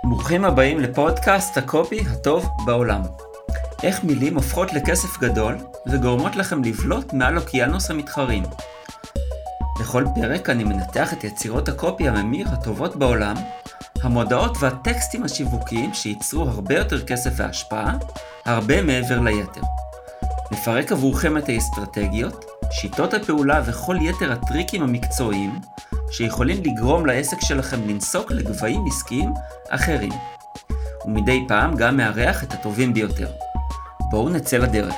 ברוכים הבאים לפודקאסט הקופי הטוב בעולם. איך מילים הופכות לכסף גדול וגורמות לכם לבלוט מעל אוקיינוס המתחרים. בכל פרק אני מנתח את יצירות הקופי הממיר הטובות בעולם, המודעות והטקסטים השיווקיים שייצרו הרבה יותר כסף והשפעה, הרבה מעבר ליתר. נפרק עבורכם את האסטרטגיות, שיטות הפעולה וכל יתר הטריקים המקצועיים שיכולים לגרום לעסק שלכם לנסוק לגבהים עסקיים אחרים. ומדי פעם גם מארח את הטובים ביותר. בואו נצא לדרך.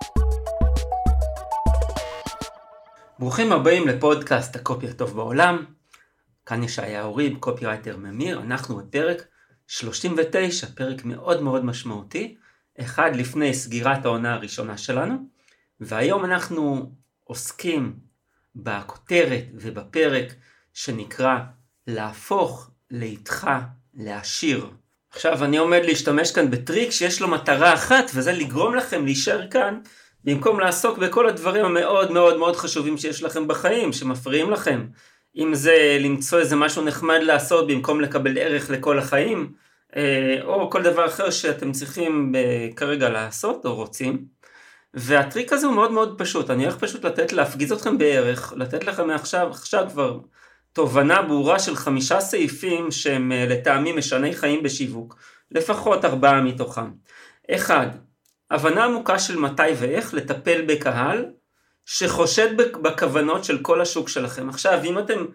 ברוכים הבאים לפודקאסט הקופי הטוב בעולם. כאן ישעיהו ריב, קופירייטר ממיר. אנחנו בפרק 39, פרק מאוד מאוד משמעותי, אחד לפני סגירת העונה הראשונה שלנו, והיום אנחנו עוסקים בכותרת ובפרק שנקרא להפוך לאיתך לעשיר. עכשיו אני עומד להשתמש כאן בטריק שיש לו מטרה אחת, וזה לגרום לכם להישאר כאן במקום לעסוק בכל הדברים המאוד מאוד מאוד חשובים שיש לכם בחיים, שמפריעים לכם. אם זה למצוא איזה משהו נחמד לעשות במקום לקבל ערך לכל החיים, או כל דבר אחר שאתם צריכים כרגע לעשות או רוצים. והטריק הזה הוא מאוד מאוד פשוט. אני הולך פשוט להפגיז אתכם בערך, לתת לכם עכשיו כבר תובנה ברורה של 5 סעיפים שהם לטעמי משני חיים בשיווק, לפחות 4 מתוכם. 1. הבנה עמוקה של מתי ואיך לטפל בקהל שחושד בכוונות של כל השוק שלכם. עכשיו, אם אתם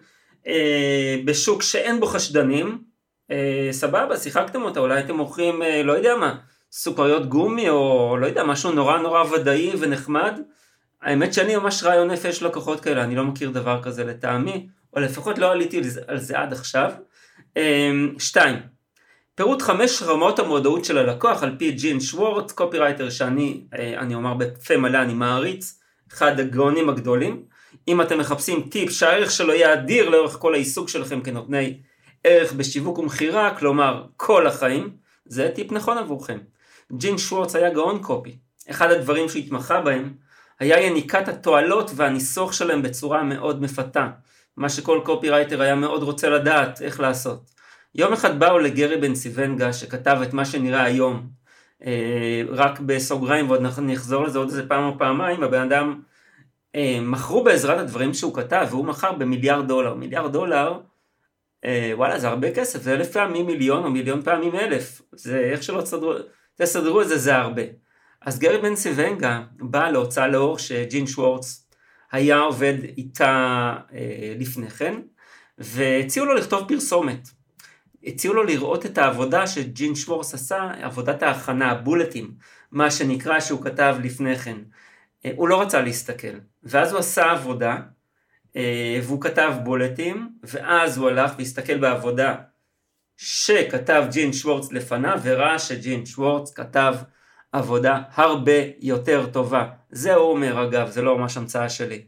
בשוק שאין בו חשדנים, סבבה, שיחקתם אותה, אולי אתם מוכרים, לא יודע מה, סוכריות גומי או לא יודע, משהו נורא ודאי ונחמד. האמת שאני ממש רעיון נפש לקוחות כאלה, אני לא מכיר דבר כזה לטעמי, או לפחות לא עליתי על זה עד עכשיו. 2. פירוט 5 רמות המודעות של הלקוח על פי ג'ין שוורץ, קופירייטר שאני אומר בפה מלא, אני מעריץ, אחד הגאונים הגדולים. אם אתם מחפשים טיפ שהערך שלו יהיה אדיר לאורך כל העיסוק שלכם כנותני ערך בשיווק ומחירה, כלומר כל החיים, זה טיפ נכון עבורכם. ג'ין שוורץ היה גאון קופי. אחד הדברים שהוא התמחה בהם היה יניקת התועלות והניסוח שלהם בצורה מאוד מפתה, מה שכל קופירייטר היה מאוד רוצה לדעת איך לעשות. יום אחד באו לגרי בנסיבנגה שכתב את מה שנראה היום, רק בסוגריים, ועוד נחזור לזה עוד איזה פעם או פעמיים. הבן אדם מכרו בעזרת הדברים שהוא כתב, והוא מכר ב$1,000,000,000. $1,000,000,000, וואלה, זה הרבה כסף, זה 1,000 פעמים מיליון או מיליון פעמים 1,000, זה איך שלא תסדרו את זה, זה הרבה. אז גרי בנסיבנגה בא להוצאה לאור שג'ין שוורץ היה עובד איתה לפני כן, והציעו לו לכתוב פרסומת. הציעו לו לראות את העבודה שג'ין שוורץ עשה, עבודת ההכנה, הבולטים, מה שנקרא שהוא כתב לפני כן. הוא לא רצה להסתכל, ואז הוא עשה עבודה, והוא כתב בולטים, ואז הוא הלך והסתכל בעבודה שכתב ג'ין שוורץ לפניו, וראה שג'ין שוורץ כתב עבודה הרבה יותר טובה. זה הוא אומר, אגב, זה לא ממש המצאה שלי.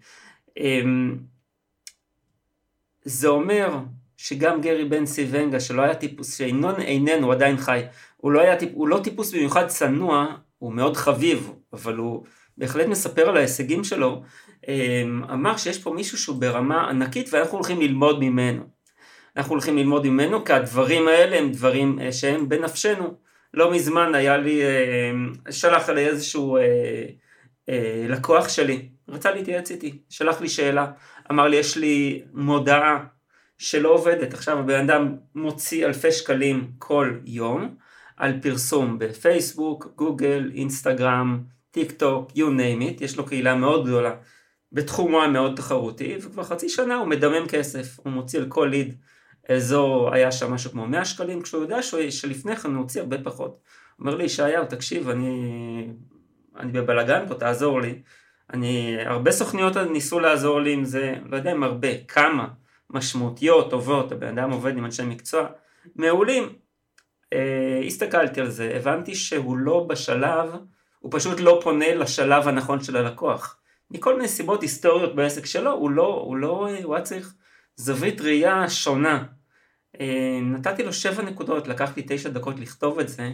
זה אומר שגם גרי בנסיבנגה, שלא היה טיפוס, שאיננו עדיין חי, הוא לא טיפוס במיוחד צנוע, הוא מאוד חביב, אבל הוא בהחלט מספר על ההישגים שלו, אמר שיש פה מישהו שהוא ברמה ענקית, ואנחנו הולכים ללמוד ממנו. אנחנו הולכים ללמוד ממנו, כי הדברים האלה הם דברים שהם בנפשנו. לא מזמן היה לי, שלח עלי איזשהו לקוח שלי, רצה להתייעץ איתי, שלח לי שאלה, אמר לי יש לי מודעה שלא עובדת. עכשיו הבן אדם מוציא אלפי שקלים כל יום, על פרסום בפייסבוק, גוגל, אינסטגרם, טיק טוק, you name it, יש לו קהילה מאוד גדולה, בתחומו מאוד תחרותי, וכבר חצי שנה הוא מדמם כסף, הוא מוציא על כל ליד, אזור היה שם משהו כמו 100 שקלים, כשהוא יודע שלפני כן הוא הוציא הרבה פחות. הוא אומר לי, ישעיהו, תקשיב, אני בבלגן פה, תעזור לי. הרבה סוכניות ניסו לעזור לי עם זה, לא יודע אם הרבה, כמה משמעותיות, טובות, הבן אדם עובד עם אנשי מקצוע, מעולים. הסתכלתי על זה, הבנתי שהוא לא בשלב, הוא פשוט לא פונה לשלב הנכון של הלקוח. מכל מיני סיבות היסטוריות בעסק שלו, הוא היה צריך זווית ראייה שונה. נתתי לו 7 נקודות, לקח לי 9 דקות לכתוב את זה,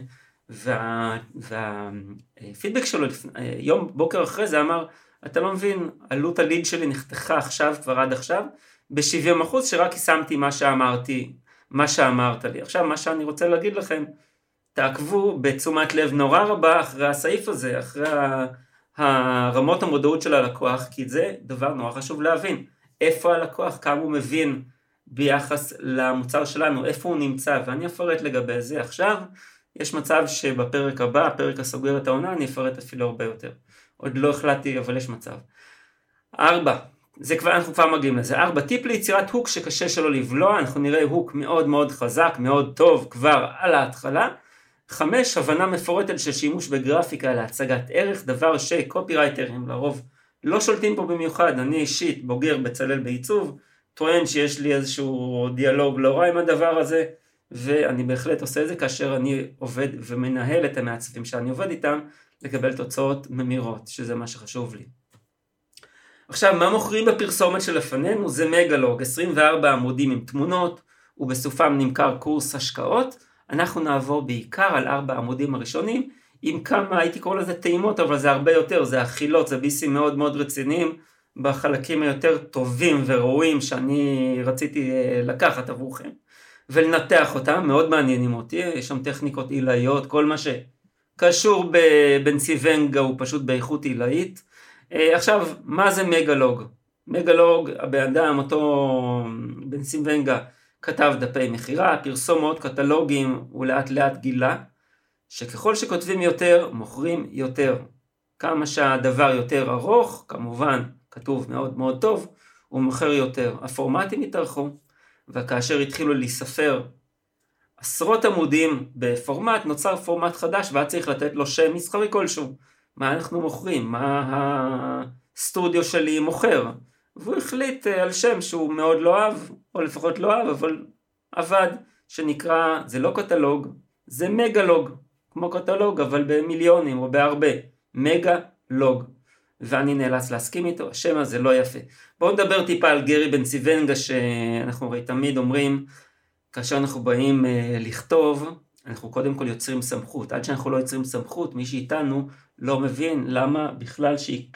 והפידבק שלו יום בוקר אחרי זה אמר, אתה לא מבין, עלות הליד שלי נחתכה עכשיו, כבר עד עכשיו, ב-70%, שרק שמתי מה שאמרתי מה שאמרת לי. עכשיו מה שאני רוצה להגיד לכם, תעקבו בתשומת לב נורא רבה אחרי הסעיף הזה, אחרי הרמות המודעות של הלקוח, כי זה דבר נורא חשוב להבין, איפה הלקוח, כמה הוא מבין ביחס למוצר שלנו, איפה הוא נמצא, ואני אפרט לגבי זה עכשיו. יש מצב שבפרק הבא, הפרק הסוגר את העונה, אני אפרט אפילו הרבה יותר. עוד לא החלטתי, אבל יש מצב. 4, אנחנו כבר מגיעים לזה. 4, טיפ ליצירת הוק שקשה שלא לבלוע, אנחנו נראה הוק מאוד מאוד חזק, מאוד טוב כבר על ההתחלה. 5, הבנה מפורטת של שימוש בגרפיקה להצגת ערך, דבר שקופירייטרים לרוב לא שולטים פה במיוחד. אני אישית בוגר בצלאל בעיצוב, טוען שיש לי איזשהו דיאלוג לא רע עם הדבר הזה, ואני בהחלט עושה את זה כאשר אני עובד ומנהל את המעצבים שאני עובד איתם, לקבל תוצאות ממירות, שזה מה שחשוב לי. עכשיו, מה מוכרים בפרסומת שלפנינו? זה מגלוג, 24 עמודים עם תמונות, ובסופם נמכר קורס השקעות. אנחנו נעבור בעיקר על 4 עמודים הראשונים, עם כמה, הייתי קורא לזה טעימות, אבל זה הרבה יותר, זה אכילות, זה ביסים מאוד מאוד רציניים, בחלקים היותר טובים וראויים שאני רציתי לקחת עבורכם, ולנתח אותם, מאוד מעניינים אותי, יש שם טכניקות עילאיות, כל מה שקשור בנציבנגה הוא פשוט באיכות עילאית. עכשיו, מה זה מגלוג? מגלוג, הבאדם, אותו בנציבנגה, כתב דפי מחירה, פרסומות, קטלוגים, ולאט לאט גילה, שככל שכותבים יותר, מוכרים יותר. כמה שהדבר יותר ארוך, כמובן, כתוב מאוד מאוד טוב, הוא מוכר יותר. הפורמטים התארכו, וכאשר התחילו להיספר עשרות עמודים בפורמט, נוצר פורמט חדש, והיה צריך לתת לו שם מסחרי כלשהו. מה אנחנו מוכרים? מה הסטודיו שלי מוכר? והוא החליט על שם שהוא מאוד לא אהב, או לפחות לא אהב, אבל עבד, שנקרא, זה לא קטלוג, זה מגלוג, כמו קטלוג, אבל במיליונים או בהרבה, מגלוג. ואני נאלץ להסכים איתו, השם הזה לא יפה. בואו נדבר טיפה על גרי בנציבנגה, שאנחנו הרי תמיד אומרים, כאשר אנחנו באים לכתוב, אנחנו קודם כל יוצרים סמכות. עד שאנחנו לא יוצרים סמכות, מי שאיתנו לא מבין למה בכלל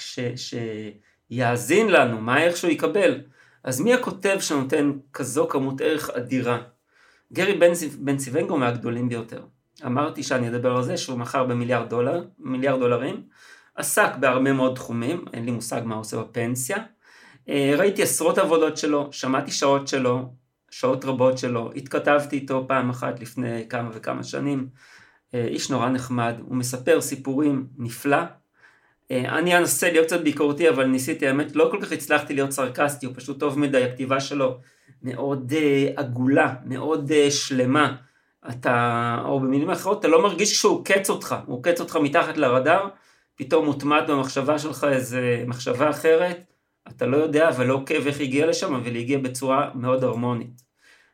שיאזין לנו, מה הערך שהוא יקבל. אז מי הכותב שנותן כזו כמות ערך אדירה? גרי בנציבנגה הוא מהגדולים ביותר. אמרתי שאני אדבר על זה שהוא מכר במיליארד דולרים, עסק בהרבה מאוד תחומים, אין לי מושג מה עושה בפנסיה, ראיתי עשרות עבודות שלו, שמעתי שעות שלו, שעות רבות שלו, התכתבתי איתו פעם אחת לפני כמה וכמה שנים, איש נורא נחמד, הוא מספר סיפורים נפלא, אני אנסה להיות קצת ביקורתי, אבל ניסיתי, האמת לא כל כך הצלחתי להיות סרקסטי, הוא פשוט טוב מדי, הכתיבה שלו מאוד עגולה, מאוד שלמה, או במילים אחרות, אתה לא מרגיש שהוא קץ אותך, הוא קץ אותך מתחת לרדאר, פתאום מוטמעת במחשבה שלך איזה מחשבה אחרת, אתה לא יודע ולא עוקב איך הגיע לשם, אבל הגיע בצורה מאוד הרמונית.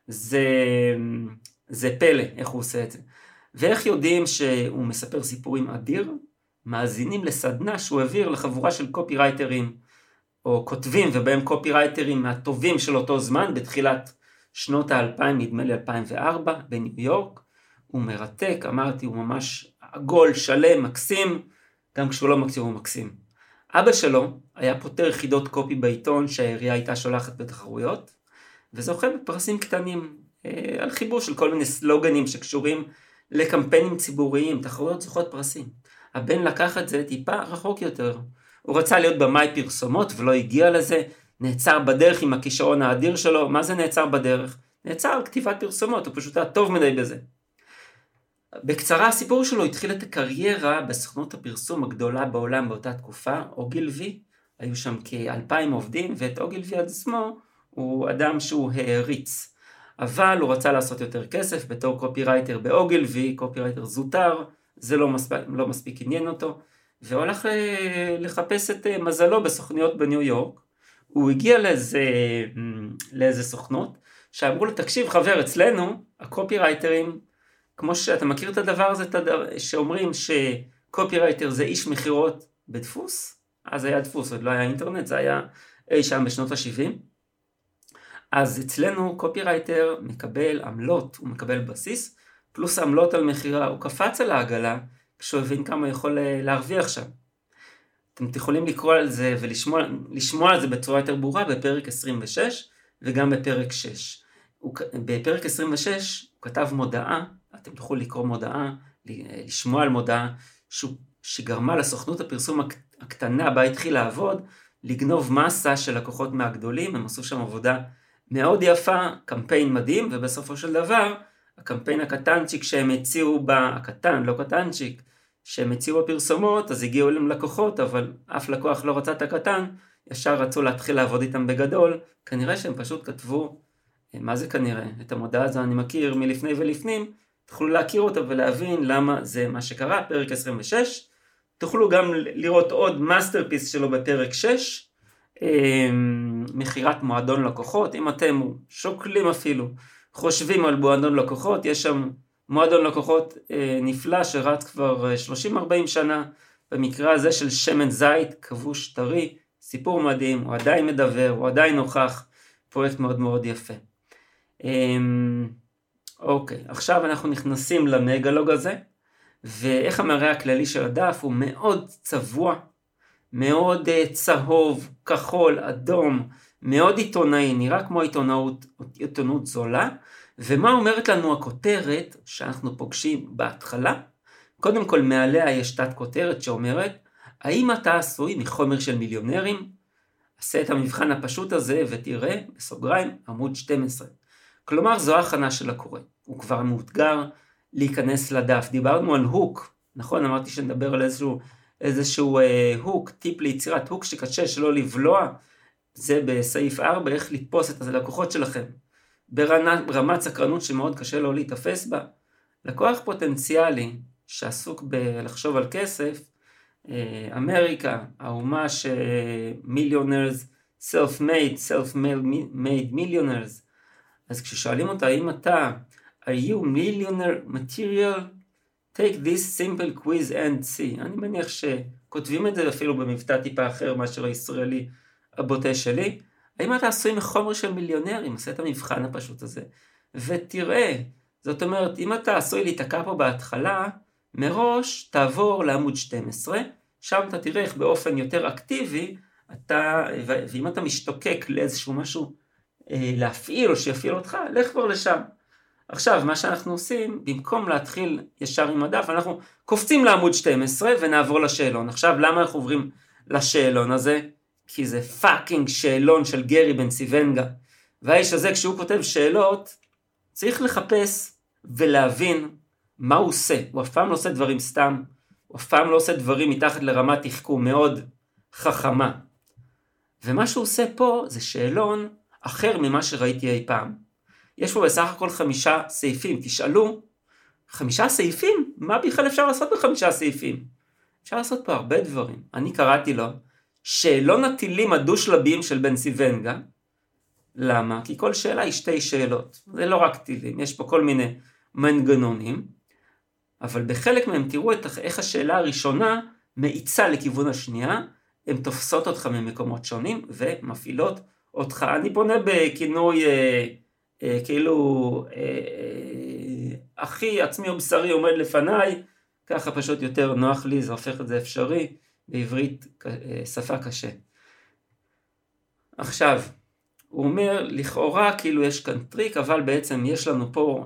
זה פלא איך הוא עושה את זה. ואיך יודעים שהוא מספר סיפורים אדיר? מאזינים לסדנה שהוא העביר לחבורה של קופירייטרים, או כותבים, ובהם קופירייטרים מהטובים של אותו זמן, בתחילת שנות ה-2000, נדמה לי 2004, בניו יורק. הוא מרתק, אמרתי, הוא ממש עגול, שלם, מקסים, גם כשהוא לא מקסים הוא מקסים. אבא שלו היה פותר חידות קופי בעיתון שהעירייה הייתה שולחת בתחרויות, וזוכה בפרסים קטנים על חיבור של כל מיני סלוגנים שקשורים לקמפיינים ציבוריים, תחרויות זוכות פרסים. הבן לקח את זה טיפה רחוק יותר. הוא רצה להיות במאי פרסומות ולא הגיע לזה, נעצר בדרך עם הכישרון האדיר שלו. מה זה נעצר בדרך? נעצר על כתיבת פרסומות, הוא פשוט היה טוב מדי בזה. בקצרה, הסיפור שלו התחיל את הקריירה בסוכנות הפרסום הגדולה בעולם באותה תקופה, אוגילבי, היו שם כ-2,000 עובדים, ואת אוגילבי עצמו הוא אדם שהוא העריץ. אבל הוא רצה לעשות יותר כסף בתור קופירייטר באוגילבי, קופירייטר זוטר, זה לא מספיק עניין אותו, והוא הלך לחפש את מזלו בסוכניות בניו יורק. הוא הגיע לאיזה סוכנות, שאמרו לו, תקשיב חבר, אצלנו הקופירייטרים, כמו שאתה מכיר את הדבר הזה, שאומרים שקופירייטר זה איש מחירות בדפוס, אז היה דפוס, עוד לא היה אינטרנט, זה היה אי שם בשנות ה-70, אז אצלנו קופירייטר מקבל עמלות, הוא מקבל בסיס, פלוס עמלות על מחירה, הוא קפץ על העגלה, כשהוא הבין כמה יכול להרוויח שם. אתם יכולים לקרוא על זה ולשמוע על זה בצורה יותר ברורה בפרק 26, וגם בפרק 6. בפרק 26 הוא כתב מודעה, אתם תוכלו לקרוא מודעה, לשמוע על מודעה, שגרמה לסוכנות הפרסום הקטנה בה התחיל לעבוד, לגנוב מסה של לקוחות מהגדולים. הם עשו שם עבודה מאוד יפה, קמפיין מדהים, ובסופו של דבר, הקמפיין הקטנצ'יק שהם הציעו הקטן, לא קטנצ'יק, שהם הציעו בפרסומות, אז הגיעו אליהם לקוחות, אבל אף לקוח לא רצה את הקטן, ישר רצו להתחיל לעבוד איתם בגדול. כנראה שהם פשוט כתבו, מה זה כנראה? את המודעה הזו אני מכיר מלפני ולפנים, תוכלו להכיר אותה ולהבין למה זה מה שקרה. פרק 26, תוכלו גם לראות עוד מאסטרפיס שלו בפרק 6, מכירת מועדון לקוחות. אם אתם שוקלים אפילו, חושבים על מועדון לקוחות, יש שם מועדון לקוחות נפלא שרץ כבר 30-40 שנה, במקרה הזה של שמן זית, כבוש טרי, סיפור מדהים, הוא עדיין מדבר, הוא עדיין נוכח, פרויקט מאוד מאוד יפה. אוקיי, עכשיו אנחנו נכנסים למגלוג הזה, ואיך המראה הכללי של הדף הוא מאוד צבוע, מאוד צהוב, כחול, אדום, מאוד עיתונאי, נראה כמו עיתונות זולה. ומה אומרת לנו הכותרת שאנחנו פוגשים בהתחלה? קודם כל מעליה יש תת כותרת שאומרת, האם אתה עשוי מחומר של מיליונרים? עשה את המבחן הפשוט הזה ותראה, בסוגריים, עמוד 12. כלומר זו הכנה של הקורא, הוא כבר מאותגר להיכנס לדף. דיברנו על הוק, נכון? אמרתי שנדבר על איזשהו הוק, טיפ ליצירת הוק שקשה שלא לבלוע, זה בסעיף 4, איך לתפוס את הלקוחות שלכם. ברמת סקרנות שמאוד קשה לו להתאפס בה. לקוח פוטנציאלי שעסוק בלחשוב על כסף, אמריקה, האומה שמיליונרס, self-made millionaires, אז כששואלים אותה, אם אתה, are you millionaire material? Take this simple quiz and see. אני מניח שכותבים את זה אפילו במבטא טיפה אחר מאשר הישראלי הבוטה שלי. האם אתה עשוי מחומר של מיליונרים? עושה את המבחן הפשוט הזה. ותראה, זאת אומרת, אם אתה עשוי להתעקע פה בהתחלה, מראש תעבור לעמוד 12, שם אתה תראה איך באופן יותר אקטיבי, ואם אתה משתוקק לאיזשהו משהו להפעיל או שיפעיל אותך, לך כבר לשם. עכשיו, מה שאנחנו עושים, במקום להתחיל ישר עם הדף, אנחנו קופצים לעמוד 12 ונעבור לשאלון. עכשיו, למה אנחנו עוברים לשאלון הזה? כי זה פאקינג שאלון של גרי בנסיבנגה. והאיש הזה, כשהוא כותב שאלות, צריך לחפש ולהבין מה הוא עושה. הוא אף פעם לא עושה דברים סתם, הוא אף פעם לא עושה דברים מתחת לרמת תחכום מאוד חכמה. ומה שהוא עושה פה זה שאלון אחר ממה שראיתי אי פעם. יש פה בסך הכל 5 סעיפים. תשאלו, 5 סעיפים? מה בכלל אפשר לעשות ב5 סעיפים? אפשר לעשות פה הרבה דברים. אני קראתי לו שאלון הטילים הדו-שלביים של בנסיבנגה. למה? כי כל שאלה היא 2 שאלות. זה לא רק טילים, יש פה כל מיני מנגנונים, אבל בחלק מהם תראו איך השאלה הראשונה מאיצה לכיוון השנייה, הן תופסות אותך ממקומות שונים ומפעילות אותך. אני פונה בכינוי כאילו הכי עצמי ובשרי עומד לפניי, ככה פשוט יותר נוח לי, זה הופך את זה אפשרי, בעברית שפה קשה. עכשיו, הוא אומר, לכאורה כאילו יש כאן טריק, אבל בעצם יש לנו פה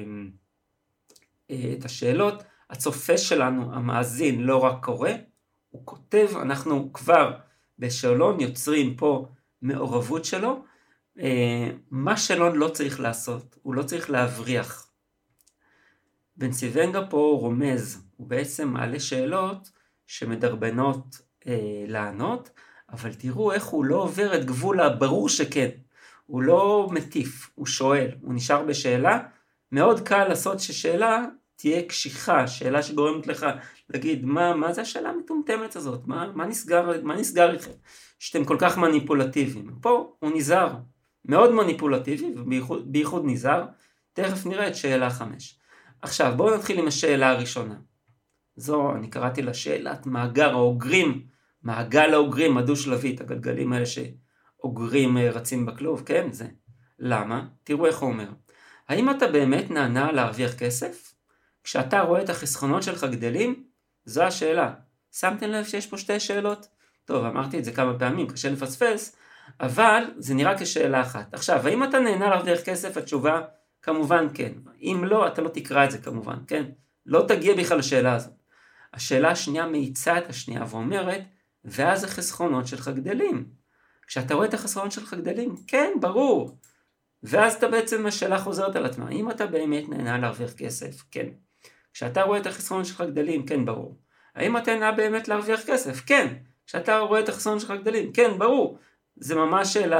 את השאלות. הצופה שלנו, המאזין, לא רק קורא, הוא כותב, אנחנו כבר בשאלון יוצרים פה מעורבות שלו. מה שאלון לא צריך לעשות, הוא לא צריך להבריח. בנסיבנגה פה רומז, הוא בעצם מעלה שאלות שמדרבנות לענות, אבל תראו איך הוא לא עובר את גבול הברור שכן. הוא לא מטיף, הוא שואל, הוא נשאר בשאלה. מאוד קל לעשות ששאלה תהיה קשיחה, שאלה שגורמת לך להגיד, מה זה השאלה המטומטמת הזאת? מה נסגר איתכם? שאתם כל כך מניפולטיביים. פה הוא נזהר, מאוד מניפולטיבי, ובייחוד נזהר. תכף נראה את שאלה 5. עכשיו בואו נתחיל עם השאלה הראשונה. זו, אני קראתי לה שאלת מאגר האוגרים, מעגל האוגרים הדו-שלבית, הגלגלים האלה שאוגרים רצים בכלוב, כן זה. למה? תראו איך הוא אומר. האם אתה באמת נענה להרוויח כסף? כשאתה רואה את החסכונות שלך גדלים, זו השאלה. שמתם לב שיש פה 2 שאלות? טוב, אמרתי את זה כמה פעמים, קשה לפספס, אבל זה נראה כשאלה אחת. עכשיו, האם אתה נהנה להרוויח כסף? התשובה כמובן כן. אם לא, אתה לא תקרא את זה כמובן, כן? לא תגיע בכלל לשאלה הזאת. השאלה השנייה מאיצה את השנייה ואומרת, ואז החסכונות שלך גדלים. כשאתה רואה את החסכונות שלך גדלים, כן, ברור. ואז אתה בעצם השאלה חוזרת על עצמה. אם אתה באמת נהנה להרוויח כסף, כן. כשאתה רואה את החסכונות שלך גדלים, כן, ברור. האם אתה נהנה באמת להרוויח כסף? כן. כשאתה רואה את החסכונות שלך גדלים, כן, ברור. זה ממש שאלה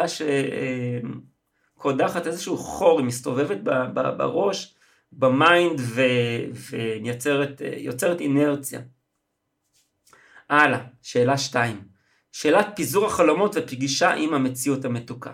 שקודחת איזשהו חור, היא מסתובבת בראש, במיינד, ויוצרת אינרציה. הלאה, שאלה 2. שאלת פיזור החלומות ופגישה עם המציאות המתוקה.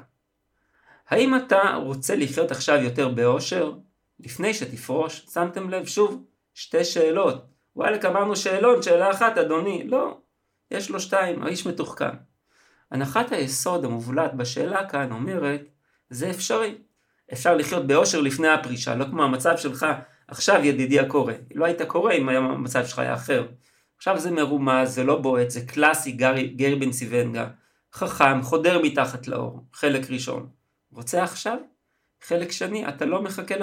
האם אתה רוצה לחיות עכשיו יותר באושר? לפני שתפרוש, שמתם לב שוב, 2 שאלות. וואלק, אמרנו שאלון, שאלה 1, אדוני. לא, יש לו 2, האיש מתוחכם. הנחת היסוד המובלט בשאלה כאן אומרת, זה אפשרי. אפשר לחיות באושר לפני הפרישה, לא כמו המצב שלך עכשיו ידידי הקורא. לא היית קורא אם המצב שלך היה אחר. עכשיו זה מרומז, זה לא בועט, זה קלאסי גרי בן סיוונגה. חכם, חודר מתחת לאור, חלק ראשון. רוצה עכשיו? חלק שני, אתה לא מחכה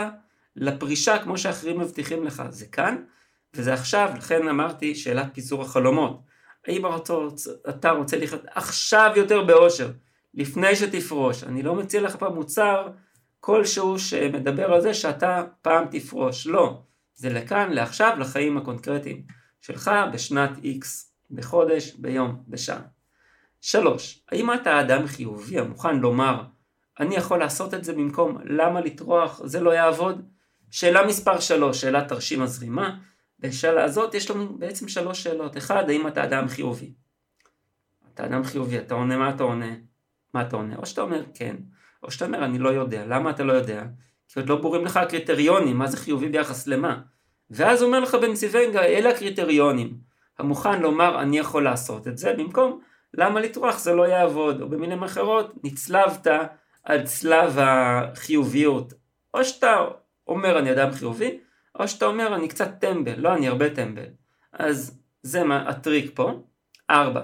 לפרישה כמו שאחרים מבטיחים לך. זה כאן וזה עכשיו, לכן אמרתי שאלת פיזור החלומות. האם אתה רוצה לחיות עכשיו יותר באושר, לפני שתפרוש? אני לא מציע לך פעם מוצר כלשהו שמדבר על זה שאתה פעם תפרוש. לא, זה לכאן, לעכשיו, לחיים הקונקרטיים שלך בשנת X, בחודש, ביום, בשעה. 3. האם אתה אדם חיובי המוכן לומר, אני יכול לעשות את זה במקום למה לטרוח, זה לא יעבוד? שאלה מספר 3, שאלת תרשים הזרימה. בשאלה הזאת יש לנו בעצם 3 שאלות. 1, האם אתה אדם חיובי? אתה אדם חיובי, אתה עונה, מה אתה עונה? מה אתה עונה? או שאתה אומר כן, או שאתה אומר אני לא יודע. למה אתה לא יודע? כי עוד לא ברורים לך הקריטריונים, מה זה חיובי ביחס למה. ואז אומר לך בן סיוונגה, אלה הקריטריונים. המוכן לומר אני יכול לעשות את זה, במקום למה לטרוח, זה לא יעבוד. או במילים אחרות, נצלבת על צלב החיוביות. או שאתה אומר אני אדם חיובי, או שאתה אומר אני קצת טמבל, לא אני הרבה טמבל. אז זה הטריק פה. 4.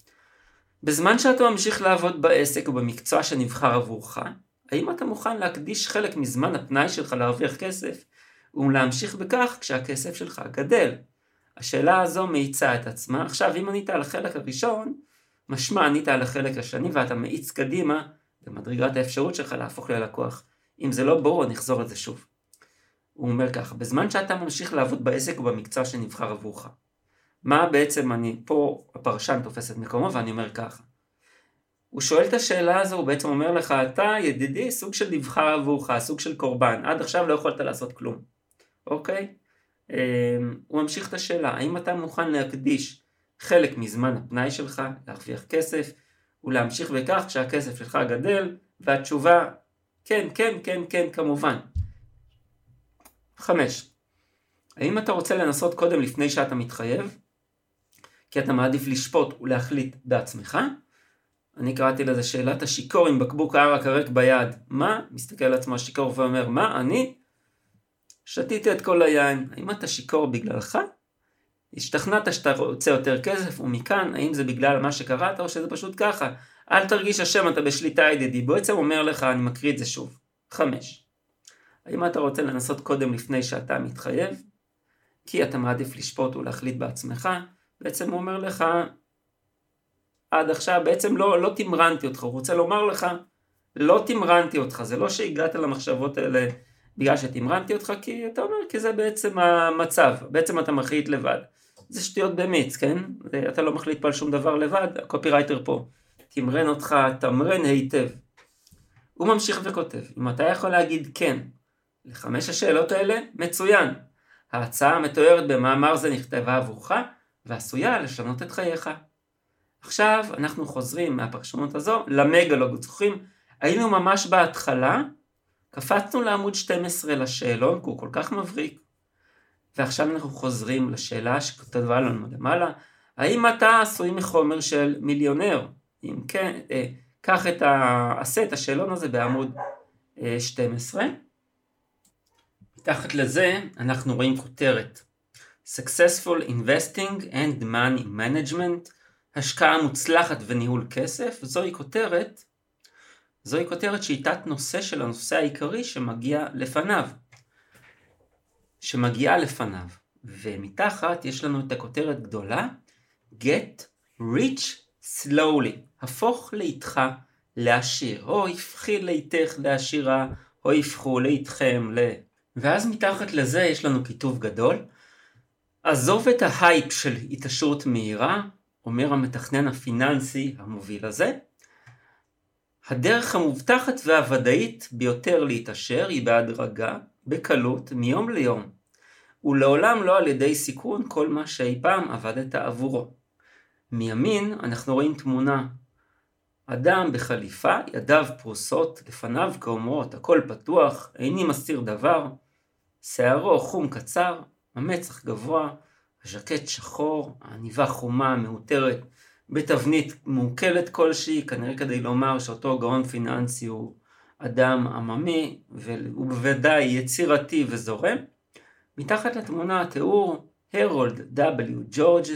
בזמן שאתה ממשיך לעבוד בעסק או במקצוע שנבחר עבורך, האם אתה מוכן להקדיש חלק מזמן הפנאי שלך להרוויח כסף, ולהמשיך בכך כשהכסף שלך גדל? השאלה הזו מאיצה את עצמה. עכשיו אם ענית על החלק הראשון, משמע ענית על החלק השני ואתה מאיץ קדימה במדרגת האפשרות שלך להפוך ללקוח. אם זה לא ברור, נחזור על זה שוב. הוא אומר ככה, בזמן שאתה ממשיך לעבוד בעסק או במקצוע שנבחר עבורך. מה בעצם פה הפרשן תופס את מקומו ואני אומר ככה. הוא שואל את השאלה הזו, הוא בעצם אומר לך, אתה ידידי סוג של נבחר עבורך, סוג של קורבן, עד עכשיו לא יכולת לעשות כלום. אוקיי? הוא ממשיך את השאלה, האם אתה מוכן להקדיש חלק מזמן הפנאי שלך, להרוויח כסף, ולהמשיך בכך כשהכסף שלך גדל, והתשובה, כן, כן, כן, כן, כמובן. 5. האם אתה רוצה לנסות קודם לפני שאתה מתחייב? כי אתה מעדיף לשפוט ולהחליט בעצמך? אני קראתי לזה שאלת השיקור עם בקבוק הערק הריק ביד. מה? מסתכל על עצמו השיקור ואומר, מה? אני שתיתי את כל היין. האם אתה שיקור בגללך? השתכנעת שאתה רוצה יותר כסף, ומכאן, האם זה בגלל מה שקראת או שזה פשוט ככה? אל תרגיש השם, אתה בשליטה ידידי. בעצם אומר לך, אני מקריא את זה שוב. 5. האם אתה רוצה לנסות קודם לפני שאתה מתחייב? כי אתה מעדיף לשפוט ולהחליט בעצמך. בעצם הוא אומר לך, עד עכשיו בעצם לא תמרנתי אותך. הוא רוצה לומר לך, לא תמרנתי אותך. זה לא שהגעת למחשבות האלה בגלל שתמרנתי אותך, כי אתה אומר, כי זה בעצם המצב. בעצם אתה מחליט לבד. זה שטויות במיץ, כן? אתה לא מחליט פה על שום דבר לבד. הקופירייטר פה תמרן אותך, תמרן היטב. הוא ממשיך וכותב, אם אתה יכול להגיד כן ל5 השאלות האלה, מצוין. ההצעה המתוארת במאמר זה נכתבה עבורך, ועשויה לשנות את חייך. עכשיו אנחנו חוזרים מהפרשנות הזו למגלוג. זוכרים, היינו ממש בהתחלה, קפצנו לעמוד 12 לשאלון, כי הוא כל כך מבריק. ועכשיו אנחנו חוזרים לשאלה שכתבה לנו למעלה, האם אתה עשוי מחומר של מיליונר? אם כן, עשה את השאלון הזה בעמוד 12. מתחת לזה אנחנו רואים כותרת. Successful Investing and Money Management השקעה מוצלחת וניהול כסף, זוהי כותרת שהיא תת נושא של הנושא העיקרי שמגיעה לפניו. ומתחת יש לנו את הכותרת גדולה, Get Rich Slowly, הפוך לאיתך לעשיר, או הפכי לאיתך לעשירה, או הפכו לאיתכם ואז מתחת לזה יש לנו כיתוב גדול, עזוב את ההייפ של התעשרות מהירה, אומר המתכנן הפיננסי המוביל הזה, הדרך המובטחת והוודאית ביותר להתעשר היא בהדרגה, בקלות, מיום ליום, ולעולם לא על ידי סיכון כל מה שאי פעם עבדת עבורו. מימין אנחנו רואים תמונה, אדם בחליפה, ידיו פרוסות, לפניו כאומרות, הכל פתוח, איני מסתיר דבר, שערו חום קצר, המצח גבוה, הז'קט שחור, העניבה חומה, מאותרת, בתבנית מעוקלת כלשהי, כנראה כדי לומר שאותו גאון פיננסי הוא אדם עממי, והוא בוודאי יצירתי וזורם. מתחת לתמונה התיאור, הרולד W.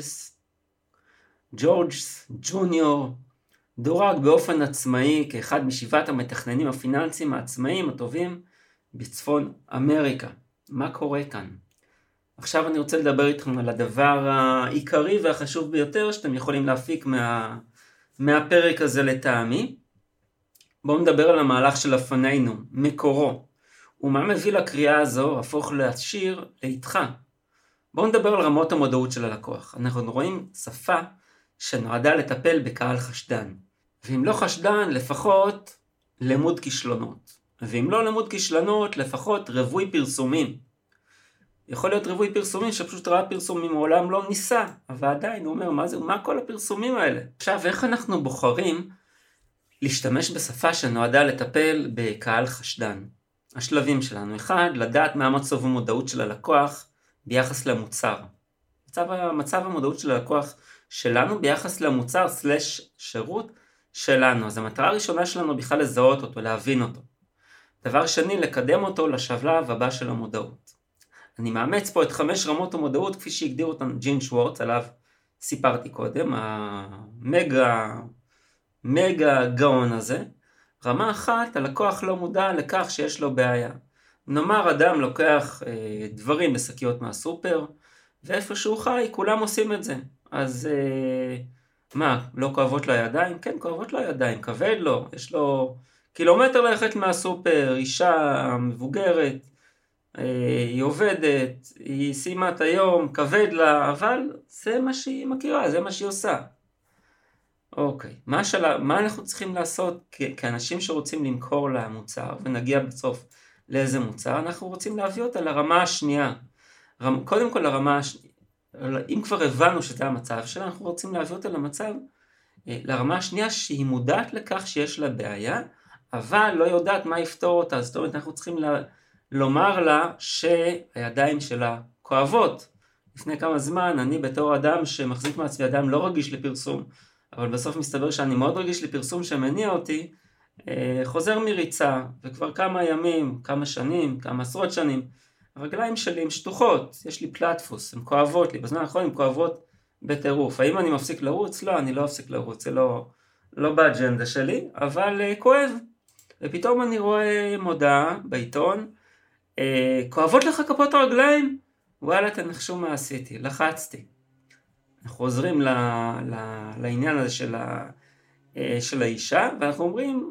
ג'ורג'ס ג'וניור, דורג באופן עצמאי כאחד משבעת המתכננים הפיננסיים העצמאיים הטובים בצפון אמריקה. מה קורה כאן? עכשיו אני רוצה לדבר איתכם על הדבר העיקרי והחשוב ביותר שאתם יכולים להפיק מהפרק הזה לטעמי. בואו נדבר על המהלך של לפנינו, מקורו. ומה מביא לקריאה הזו, הפוך לעשיר לאיתך. בואו נדבר על רמות המודעות של הלקוח. אנחנו רואים שפה שנועדה לטפל בקהל חשדן. ואם לא חשדן, לפחות למוד כישלונות. ואם לא למוד כישלונות, לפחות רווי פרסומים. יכול להיות רווי פרסומים שפשוט ראה פרסומים מעולם לא ניסה, אבל עדיין הוא אומר, מה כל הפרסומים האלה? עכשיו, איך אנחנו בוחרים להשתמש בשפה שנועדה לטפל בקהל חשדן? השלבים שלנו, 1, לדעת מה מצב המודעות של הלקוח ביחס למוצר. מצב המודעות של הלקוח שלנו ביחס למוצר / שירות שלנו. אז המטרה הראשונה שלנו בכלל לזהות אותו, להבין אותו. דבר שני, לקדם אותו לשלב הבא של המודעות. אני מאמץ פה את 5 רמות המודעות כפי שהגדיר אותן ג'ין שוורץ, עליו סיפרתי קודם, המגה גאון הזה. רמה 1, הלקוח לא מודע לכך שיש לו בעיה. נאמר אדם לוקח דברים בשקיות מהסופר, ואיפה שהוא חי כולם עושים את זה. אז לא כואבות לו הידיים? כן, כואבות לו הידיים, כבד לו, יש לו קילומטר ללכת מהסופר, אישה מבוגרת, היא עובדת, היא סיימה את היום, כבד לה, אבל זה מה שהיא מכירה, זה מה שהיא עושה. אוקיי, מה אנחנו צריכים לעשות כאנשים שרוצים למכור לה מוצר, ונגיע בסוף לאיזה מוצר? אנחנו רוצים להביא אותה לרמה השנייה. קודם כל לרמה השנייה, אם כבר הבנו שזה המצב שלה, אנחנו רוצים להביא אותה לרמה השנייה שהיא מודעת לכך שיש לה בעיה, אבל לא יודעת מה יפתור אותה. זאת אומרת, אנחנו צריכים לומר לה שהידיים שלה כואבות. לפני כמה זמן, אני בתור אדם שמחזיק מעצמי אדם לא רגיש לפרסום, אבל בסוף מסתבר שאני מאוד רגיש לפרסום שמניע אותי, חוזר מריצה, וכבר כמה ימים, כמה שנים, כמה עשרות שנים, הרגליים שלי הן שטוחות, יש לי פלטפוס, הן כואבות לי, בזמן האחרון הן כואבות בטירוף. האם אני מפסיק לרוץ? לא, אני לא אפסיק לרוץ, זה לא באג'נדה שלי, אבל כואב. ופתאום אני רואה מודעה בעיתון, כואבות לך כפות הרגליים? וואלה, תנחשו מה עשיתי, לחצתי. אנחנו חוזרים לעניין הזה של האישה, ואנחנו אומרים,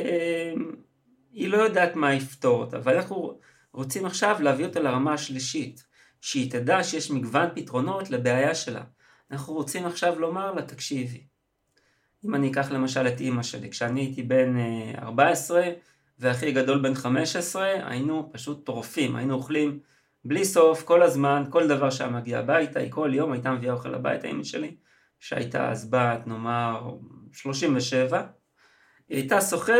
היא לא יודעת מה יפתור אותה, אבל אנחנו רוצים עכשיו להביא אותה לרמה השלישית, שהיא תדע שיש מגוון פתרונות לבעיה שלה. אנחנו רוצים עכשיו לומר לה, תקשיבי. אם אני אקח למשל את אמא שלי, כשאני הייתי בן 14, והכי גדול בן 15, היינו פשוט טורפים, היינו אוכלים בלי סוף, כל הזמן, כל דבר שהיה מגיע הביתה, היא כל יום הייתה מביאה אוכל הביתה, אמא שלי, שהייתה אז בת, נאמר, 37, היא הייתה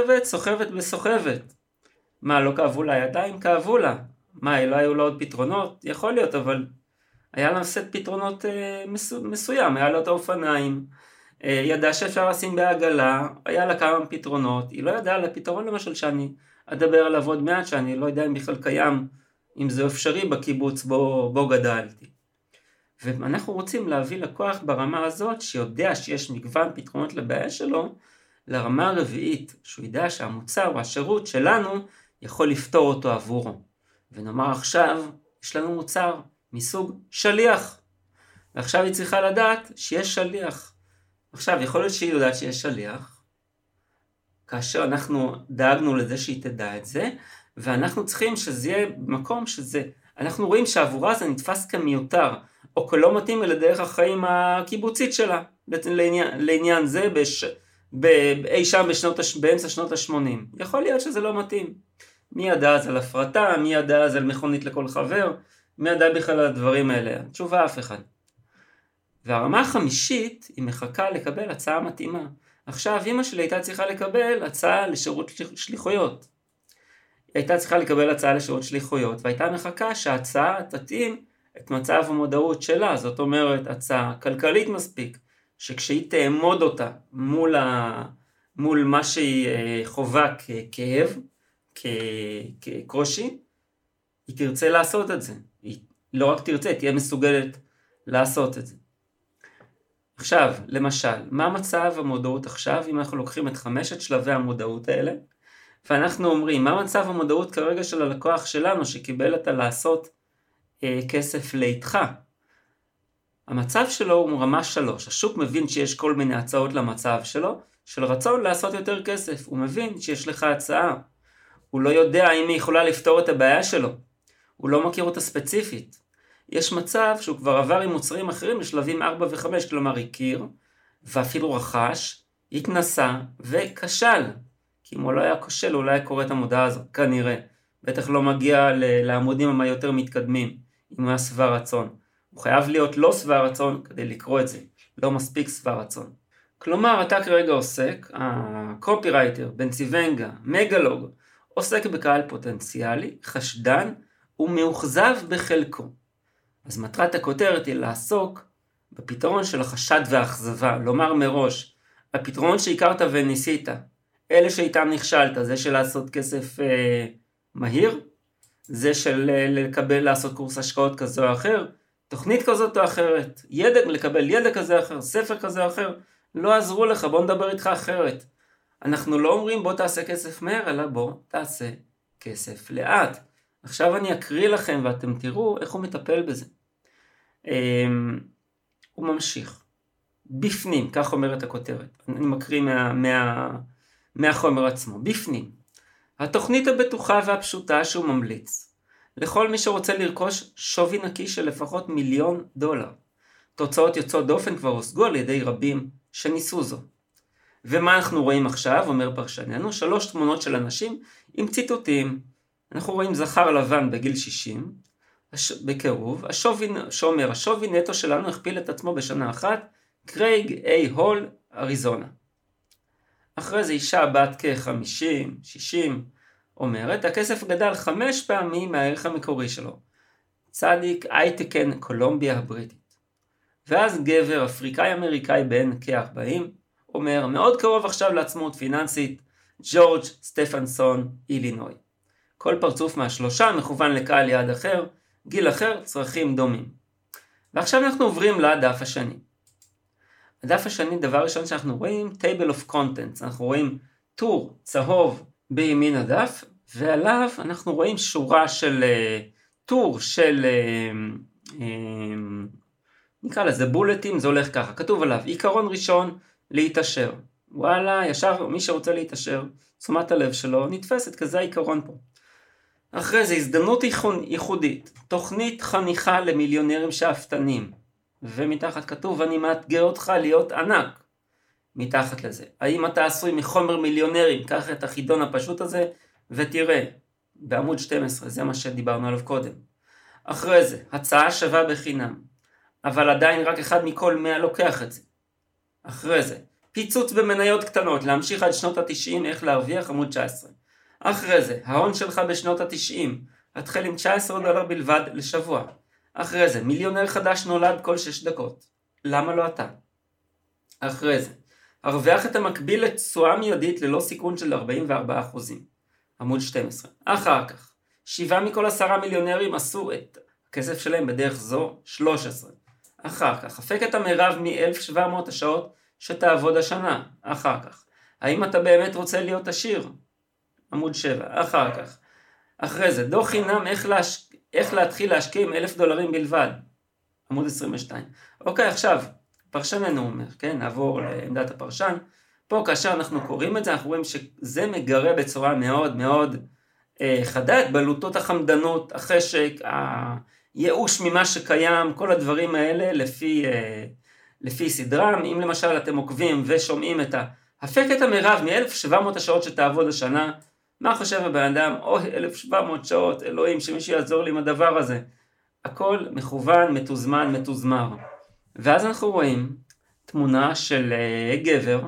סוחבת. מה, לא כאבו לה ידיים? כאבו לה. מה, לא היו לה עוד פתרונות? יכול להיות, אבל היה לה סט פתרונות מסוים, היה לה את האופניים, ידעה שאפשר לשים בעגלה, היה לה כמה פתרונות, היא לא ידעה על הפתרון למשל שאני אדבר עליו עוד מעט, שאני לא יודע אם בכלל קיים, אם זה אפשרי בקיבוץ בו גדלתי. ואנחנו רוצים להביא לקוח ברמה הזאת שיודע שיש מגוון פתרונות לבעיה שלו, לרמה הרביעית, שהוא ידע שהמוצר או השירות שלנו יכול לפתור אותו עבורו. ונאמר עכשיו, יש לנו מוצר מסוג שליח. ועכשיו היא צריכה לדעת שיש שליח. עכשיו, יכול להיות שהיא יודעת שיש שליח, כאשר אנחנו דאגנו לזה שהיא תדע את זה, ואנחנו צריכים שזה יהיה במקום שזה, אנחנו רואים שעבורה זה נתפס כמיותר, או כלא מתאים לדרך החיים הקיבוצית שלה, לעניין זה אי שם באמצע שנות ה-80. יכול להיות שזה לא מתאים. מי ידע אז על הפרטה, מי ידע אז על מכונית לכל חבר, מי ידע בכלל על הדברים האלה? תשובה אף אחד. והרמה החמישית היא מחכה לקבל הצעה מתאימה. עכשיו אמא שלי הייתה צריכה לקבל הצעה לשירות שליחויות. היא הייתה צריכה לקבל הצעה לשירות שליחויות, והייתה מחכה שההצעה תתאים את מצב המודעות שלה. זאת אומרת, הצעה כלכלית מספיק, שכשהיא תעמוד אותה מול מה שהיא חובה ככאב, כקושי, היא תרצה לעשות את זה. היא לא רק תרצה, תהיה מסוגלת לעשות את זה. עכשיו, למשל, מה מצב המודעות עכשיו, אם אנחנו לוקחים את 5 שלבי המודעות האלה, ואנחנו אומרים, מה מצב המודעות כרגע של הלקוח שלנו, שקיבל את לעשות כסף לאיתך? המצב שלו הוא רמה 3, השוק מבין שיש כל מיני הצעות למצב שלו, של רצון לעשות יותר כסף, הוא מבין שיש לך הצעה, הוא לא יודע אם היא יכולה לפתור את הבעיה שלו, הוא לא מכיר אותה ספציפית. יש מצב שהוא כבר עבר עם מוצרים אחרים לשלבים 4 ו-5, כלומר הכיר, ואפילו רכש, התנסה וכשל. כי אם הוא לא היה כושל, הוא לא היה קורא את המודעה הזאת, כנראה. בטח לא מגיע לעמודים היותר מתקדמים, אם הוא היה שבע רצון. הוא חייב להיות לא שבע רצון כדי לקרוא את זה, לא מספיק שבע רצון. כלומר, אתה כרגע עוסק, הקופירייטר, בנצי ונגה, מגלוג, עוסק בקהל פוטנציאלי, חשדן ומאוכזב בחלקו. אז מטרת הכותרת היא לעסוק בפתרון של החשד והאכזבה, לומר מראש, הפתרון שהכרת וניסית, אלה שאיתם נכשלת, זה של לעשות כסף מהיר, זה של לעשות קורס השקעות כזה או אחר, תוכנית כזאת או אחרת, לקבל ידע כזה או אחר, ספר כזה או אחר, לא עזרו לך, בוא נדבר איתך אחרת. אנחנו לא אומרים בוא תעשה כסף מהר, אלא בוא תעשה כסף לאט. עכשיו אני אקריא לכם ואתם תראו איך הוא מטפל בזה. הוא ממשיך. בפנים, כך אומרת הכותרת. אני מקריא מהחומר עצמו. בפנים. התוכנית הבטוחה והפשוטה שהוא ממליץ. לכל מי שרוצה לרכוש שווי נקי של לפחות $1,000,000. תוצאות יוצאות דופן כבר הושגו על ידי רבים שניסו זו. ומה אנחנו רואים עכשיו, אומר פרשננו, 3 תמונות של אנשים עם ציטוטים. אנחנו רואים זכר לבן בגיל 60, בקירוב, שאומר, השווי נטו שלנו הכפיל את עצמו בשנה אחת, קרייג איי הול, אריזונה. אחרי זה אישה בת כ-50, 60, אומרת, הכסף גדל 5 פעמים מהערך המקורי שלו. צדיק אייטקן, קולומביה הבריטית. ואז גבר אפריקאי אמריקאי בן כ-40, אומר, מאוד קרוב עכשיו לעצמאות פיננסית, ג'ורג' סטפנסון, אילינוי. כל פרצוף מהשלושה מכוון לקהל יעד אחר, גיל אחר, צרכים דומים. ועכשיו אנחנו עוברים לדף השני. הדף השני, דבר ראשון שאנחנו רואים, table of contents. אנחנו רואים טור צהוב בימין הדף, ועליו אנחנו רואים שורה של טור של, נקרא לזה בולטים, זה הולך ככה. כתוב עליו, עיקרון ראשון, להתאשר. וואלה, ישר מי שרוצה להתאשר, תשומת הלב שלו נתפסת, כזה העיקרון פה. אחרי זה, הזדמנות ייחודית, תוכנית חניכה למיליונרים שאפתנים, ומתחת כתוב, אני מאתגר אותך להיות ענק. מתחת לזה, האם אתה עשוי מחומר מיליונרים, קח את החידון הפשוט הזה, ותראה, בעמוד 12, זה מה שדיברנו עליו קודם. אחרי זה, הצעה שווה בחינם, אבל עדיין רק אחד מכל 100 לוקח את זה. אחרי זה, פיצוץ במניות קטנות, להמשיך עד שנות ה-90, איך להרוויח, עמוד 19. אחרי זה, ההון שלך בשנות ה-90, התחל עם $19 בלבד לשבוע. אחרי זה, מיליונר חדש נולד כל 6 דקות. למה לא אתה? אחרי זה, הרוויח את המקביל לתשואה מיידית ללא סיכון של 44%. עמוד 12. אחר כך, 7 מכל 10 מיליונרים עשו את הכסף שלהם בדרך זו 13. אחר כך, הפק את המרב מ-1,700 השעות שתעבוד השנה, אחר כך. האם אתה באמת רוצה להיות עשיר? עמוד 7, אחר כך. אחרי זה, דוח חינם איך להתחיל להשקיע עם $1,000 בלבד, עמוד 22. אוקיי, עכשיו, פרשננו אומר, כן, נעבור לעמדת הפרשן. פה כאשר אנחנו קוראים את זה, אנחנו רואים שזה מגרה בצורה מאוד מאוד חדה את בלוטות החמדנות, החשק, הייאוש ממה שקיים, כל הדברים האלה לפי סדרם. אם למשל אתם עוקבים ושומעים את הפק את המרב מ-1,700 השעות שתעבוד השנה, מה חושב הבן אדם? אוי, 1,700 שעות, אלוהים, שמישהו יעזור לי עם הדבר הזה. הכל מכוון, מתוזמן, מתוזמר. ואז אנחנו רואים תמונה של גבר,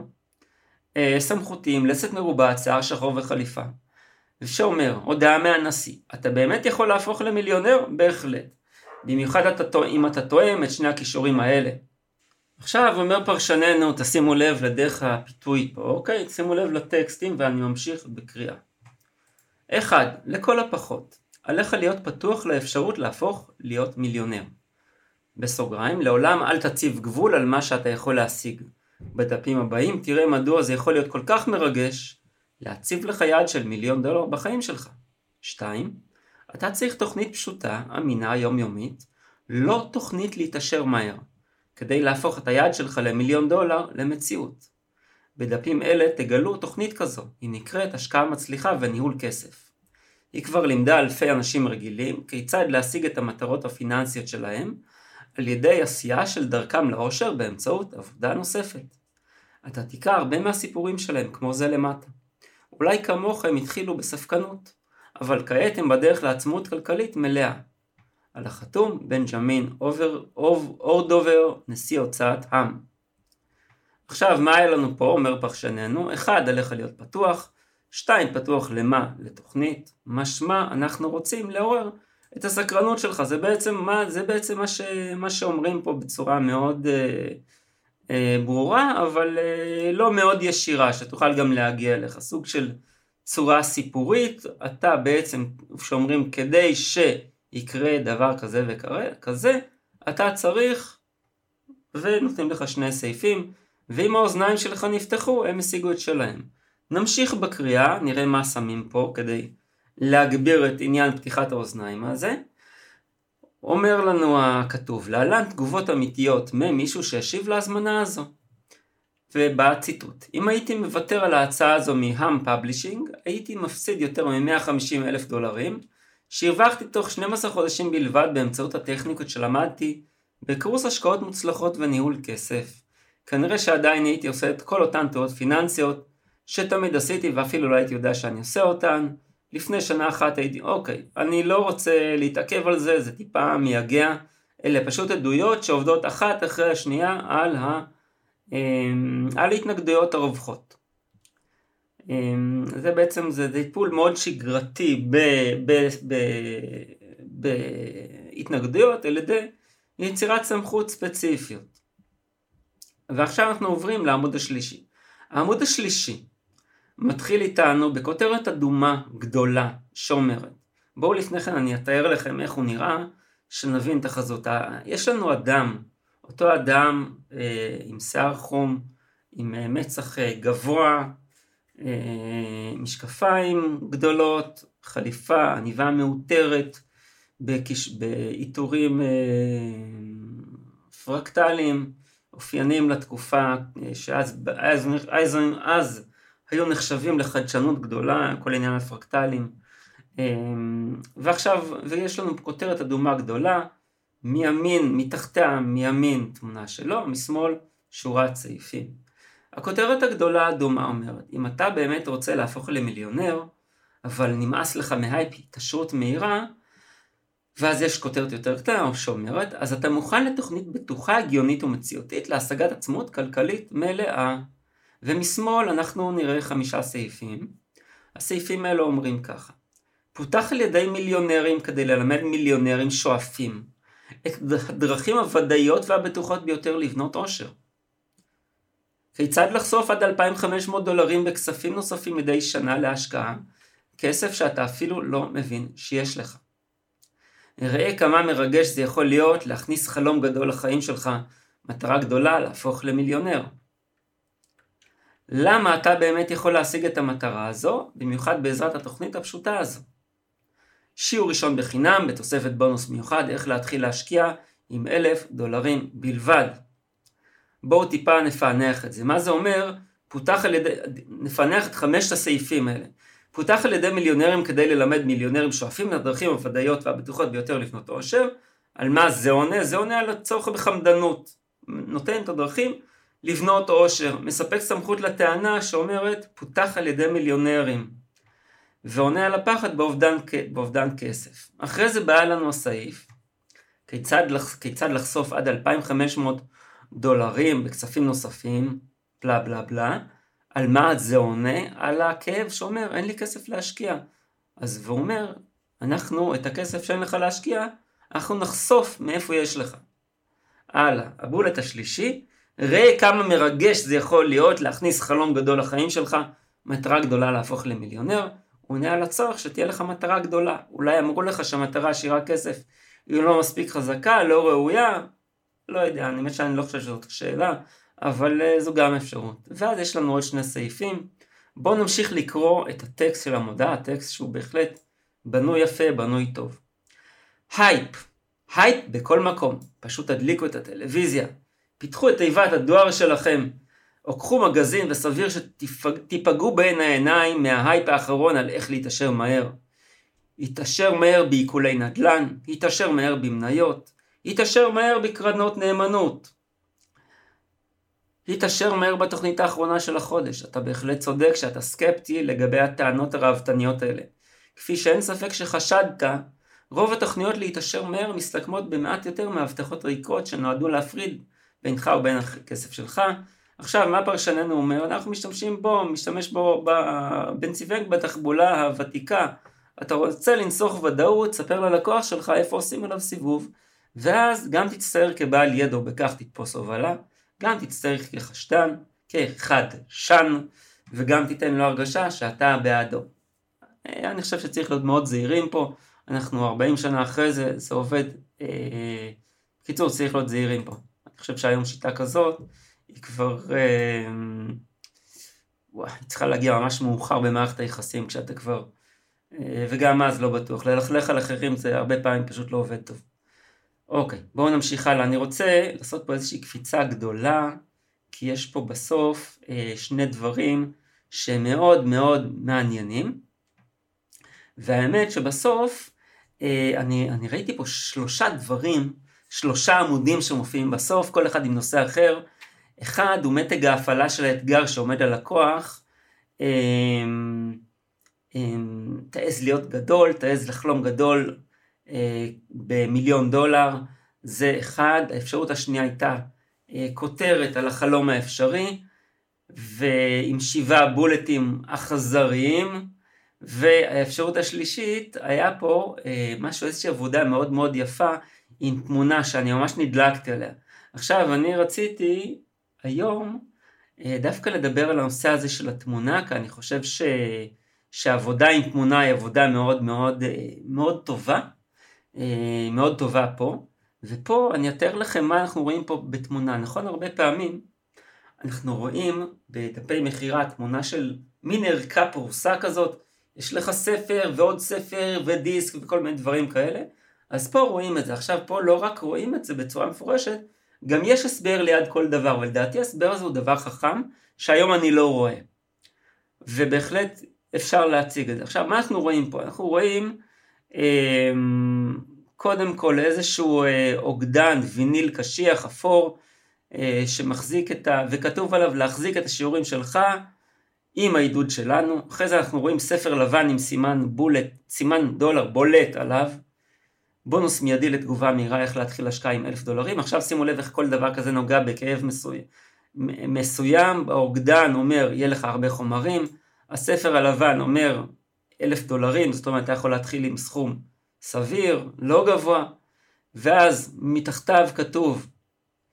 סמכותי עם לסת מרובע, שיער שחור וחליפה. שאומר, הודעה מהנשיא, אתה באמת יכול להפוך למיליונר? בהחלט. במיוחד אם אתה תואם את שני הכישורים האלה. עכשיו אומר פרשננו, תשימו לב לדרך הפיתוי פה, אוקיי? שימו לב לטקסטים ואני ממשיך בקריאה. 1. לכל הפחות, עליך להיות פתוח לאפשרות להפוך להיות מיליונר. בסוגריים, לעולם אל תציב גבול על מה שאתה יכול להשיג. בדפים הבאים תראה מדוע זה יכול להיות כל כך מרגש להציב לך יעד של $1,000,000 בחיים שלך. 2. אתה צריך תוכנית פשוטה, אמינה, יומיומית, לא תוכנית להתעשר מהר, כדי להפוך את היעד שלך ל$1,000,000 למציאות. בדפים אלה תגלו תוכנית כזו, היא נקראת השקעה מצליחה וניהול כסף. היא כבר לימדה אלפי אנשים רגילים כיצד להשיג את המטרות הפיננסיות שלהם, על ידי עשייה של דרכם לאושר באמצעות עבודה נוספת. אתה תיקח הרבה מהסיפורים שלהם כמו זה למטה. אולי כמוך הם התחילו בספקנות, אבל כעת הם בדרך לעצמות כלכלית מלאה. על החתום בנג'מין אורדובר, נשיא הוצאת עם. עכשיו מה היה לנו פה? אומר פרשננו, 1. עליך להיות פתוח, 2. פתוח למה? לתוכנית. משמע אנחנו רוצים לעורר את הסקרנות שלך. זה בעצם מה שאומרים פה בצורה מאוד ברורה, אבל לא מאוד ישירה, שתוכל גם להגיע אליך. סוג של צורה סיפורית, אתה בעצם, שאומרים כדי שיקרה דבר כזה וכזה, אתה צריך, ונותנים לך שני סעיפים, ואם האוזניים שלך נפתחו, הם השיגו את שלהם. נמשיך בקריאה, נראה מה שמים פה כדי להגביר את עניין פתיחת האוזניים הזה. אומר לנו הכתוב, להלן תגובות אמיתיות ממישהו שהשיב להזמנה הזו. ובציטוט, אם הייתי מוותר על ההצעה הזו מהם פאבלישינג, הייתי מפסיד יותר $150,000, שהרווחתי תוך 12 חודשים בלבד באמצעות הטכניקות שלמדתי בקורס השקעות מוצלחות וניהול כסף. כנראה שעדיין הייתי עושה את כל אותן תיאוריות פיננסיות שתמיד עשיתי ואפילו לא הייתי יודע שאני עושה אותן. לפני שנה אחת הייתי, אוקיי, אני לא רוצה להתעכב על זה, זה טיפה מייגע, אלה פשוט עדויות שעובדות אחת אחרי השנייה על התנגדויות הרווחות. זה בעצם, זה טיפול מאוד שגרתי בהתנגדויות על ידי יצירת סמכות ספציפיות. ועכשיו אנחנו עוברים לעמוד השלישי. העמוד השלישי מתחיל איתנו בכותרת אדומה גדולה שאומרת, בואו לפני כן אני אתאר לכם איך הוא נראה, שנבין את החזות. יש לנו אדם, אותו אדם עם שיער חום, עם מצח גבוה, משקפיים גדולות, חליפה, עניבה מאותרת, בעיטורים פרקטליים, אופיינים לתקופה אז היו נחשבים לחדשנות גדולה, כל עניין הפרקטליים. ועכשיו, ויש לנו כותרת אדומה גדולה, מימין, מתחתיה, מימין תמונה שלו, משמאל שורת סעיפים. הכותרת הגדולה האדומה אומרת, אם אתה באמת רוצה להפוך למיליונר, אבל נמאס לך מהייפ, התעשרות מהירה, ואז יש כותרת יותר קטנה שאומרת, אז אתה מוכן לתוכנית בטוחה, הגיונית ומציאותית להשגת עצמאות כלכלית מלאה. ומשמאל אנחנו נראה 5 סעיפים. הסעיפים האלה אומרים ככה, פותח על ידי מיליונרים כדי ללמד מיליונרים שואפים את הדרכים הוודאיות והבטוחות ביותר לבנות עושר. כיצד לחשוף עד $2,500 בכספים נוספים מדי שנה להשקעה, כסף שאתה אפילו לא מבין שיש לך. ראה כמה מרגש זה יכול להיות להכניס חלום גדול לחיים שלך, מטרה גדולה להפוך למיליונר. למה אתה באמת יכול להשיג את המטרה הזו, במיוחד בעזרת התוכנית הפשוטה הזו? שיעור ראשון בחינם, בתוספת בונוס מיוחד, איך להתחיל להשקיע עם $1,000 בלבד. בואו טיפה נפענח את זה. מה זה אומר? נפענח את 5 הסעיפים האלה. פותח על ידי מיליונרים כדי ללמד מיליונרים שואפים לדרכים הוודאיות והבטוחות ביותר לפנות עושר. על מה זה עונה? זה עונה על הצורך בחמדנות. נותן את הדרכים לבנות עושר. מספק סמכות לטענה שאומרת פותח על ידי מיליונרים. ועונה על הפחד באובדן כסף. אחרי זה בא לנו הסעיף. כיצד לחשוף עד $2,500 בכספים נוספים, בלה בלה בלה. על מה זה עונה? על הכאב שאומר, אין לי כסף להשקיע. אז הוא אומר, אנחנו את הכסף שאין לך להשקיע, אנחנו נחשוף מאיפה יש לך. הלאה, הבולט השלישי, ראה כמה מרגש זה יכול להיות להכניס חלום גדול לחיים שלך, מטרה גדולה להפוך למיליונר, הוא עונה על הצורך שתהיה לך מטרה גדולה. אולי אמרו לך שהמטרה עשירה כסף היא לא מספיק חזקה, לא ראויה, לא יודע, אני לא חושב שזאת שאלה, אבל זו גם אפשרות. ואז יש לנו עוד 2 סעיפים. בואו נמשיך לקרוא את הטקסט של המודעה, הטקסט שהוא בהחלט בנוי יפה, בנוי טוב. הייפ בכל מקום. פשוט תדליקו את הטלוויזיה, פיתחו את תיבת הדואר שלכם, או קחו מגזין וסביר שתיפגעו בין העיניים מההייפ האחרון על איך להתעשר מהר. יתעשר מהר בעיקולי נדל"ן, יתעשר מהר במניות, יתעשר מהר בקרנות נאמנות. יתעשר מהר בתוכנית האחרונה של החודש. אתה בהחלט צודק שאתה סקפטי לגבי הטענות הרהבתניות האלה. כפי שאין ספק שחשדת, רוב התוכניות להתעשר מהר מסתכמות במעט יותר מהבטחות ריקות שנועדו להפריד בינך ובין הכסף שלך. עכשיו, מה פרשננו אומר? אנחנו משתמש בו בנציבנק בתחבולה הוותיקה. אתה רוצה לנסוך ודאות, ספר ללקוח שלך איפה עושים עליו סיבוב, ואז גם תצטער כבעל ידע ובכך תתפוס הובלה, גם תצטרך כחשדן, כחדשן, וגם תיתן לו הרגשה שאתה בעדו. אני חושב שצריך להיות מאוד זהירים פה, אנחנו 40 שנה אחרי זה, זה עובד, בקיצור צריך להיות זהירים פה. אני חושב שהיום שיטה כזאת, היא כבר, היא צריכה להגיע ממש מאוחר במערכת היחסים, כשאתה כבר, וגם אז לא בטוח, ללכלך על אחרים זה הרבה פעמים פשוט לא עובד טוב. אוקיי, בואו נמשיך הלאה. אני רוצה לעשות פה איזושהי קפיצה גדולה, כי יש פה בסוף 2 דברים שמאוד מאוד מעניינים. והאמת שבסוף, אני ראיתי פה 3 דברים, 3 עמודים שמופיעים בסוף, כל אחד עם נושא אחר. אחד הוא מתג ההפעלה של האתגר שעומד על הכוח, תעז להיות גדול, תעז לחלום גדול, $1,000,000, זה אחד. האפשרות השנייה הייתה כותרת על החלום האפשרי, ועם 7 בולטים אכזריים, והאפשרות השלישית היה פה איזושהי עבודה מאוד מאוד יפה, עם תמונה שאני ממש נדלקתי עליה. עכשיו אני רציתי היום דווקא לדבר על הנושא הזה של התמונה, כי אני חושב שהעבודה עם תמונה היא עבודה מאוד מאוד מאוד טובה, מאוד טובה פה, ופה אני אתאר לכם מה אנחנו רואים פה בתמונה. נכון, הרבה פעמים אנחנו רואים בדפי מחירה תמונה של מין ערכה פרוסה כזאת, יש לך ספר ועוד ספר ודיסק וכל מיני דברים כאלה, אז פה רואים את זה. עכשיו פה לא רק רואים את זה בצורה מפורשת, גם יש הסבר ליד כל דבר, ולדעתי הסבר הזה הוא דבר חכם שהיום אני לא רואה, ובהחלט אפשר להציג את זה. עכשיו מה אנחנו רואים פה? אנחנו רואים קודם כל איזשהו אוגדן ויניל קשיח אפור שמחזיק וכתוב עליו להחזיק את השיעורים שלך עם העידוד שלנו. אחרי זה אנחנו רואים ספר לבן עם סימן $1 בולט עליו, בונוס מיידי לתגובה מהירה, איך להתחיל השקעה עם $1,000. עכשיו שימו לב איך כל דבר כזה נוגע בכאב מסוים. האוגדן אומר יהיה לך הרבה חומרים, הספר הלבן אומר $1,000, זאת אומרת אתה יכול להתחיל עם סכום סביר, לא גבוה, ואז מתחתיו כתוב,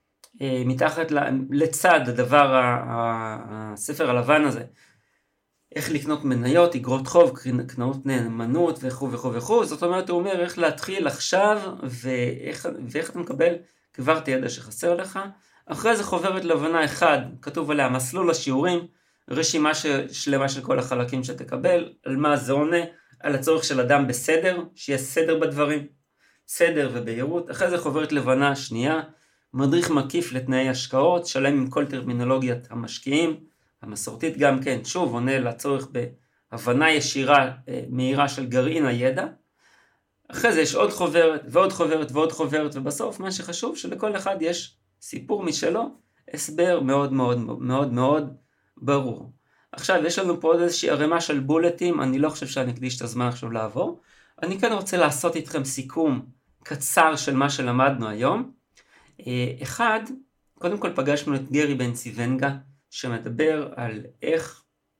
מתחת לצד הדבר, הספר הלבן הזה, איך לקנות מניות, אגרות חוב, קרנות נאמנות וכו' וכו' וכו'. זאת אומרת, הוא אומר איך להתחיל עכשיו ואיך אתה מקבל כבר את הידע שחסר לך. אחרי זה חוברת לבנה 1, כתוב עליה מסלול השיעורים, רשימה שלמה של כל החלקים שתקבל, על מה זה עונה, על הצורך של אדם בסדר, שיהיה סדר בדברים, סדר ובהירות. אחרי זה חוברת לבנה 2, מדריך מקיף לתנאי השקעות, שלם עם כל טרמינולוגיית המשקיעים, המסורתית גם כן, שוב עונה לצורך בהבנה ישירה מהירה של גרעין הידע. אחרי זה יש עוד חוברת ועוד חוברת ועוד חוברת, ובסוף מה שחשוב שלכל אחד יש סיפור משלו, הסבר מאוד מאוד מאוד מאוד ברור. עכשיו יש לנו פה עוד איזושהי ערימה של בולטים, אני לא חושב שאני אקדיש את הזמן עכשיו לעבור. אני כאן רוצה לעשות איתכם סיכום קצר של מה שלמדנו היום. אחד, קודם כל פגשנו את גרי בנציוונגה, שמדבר על איך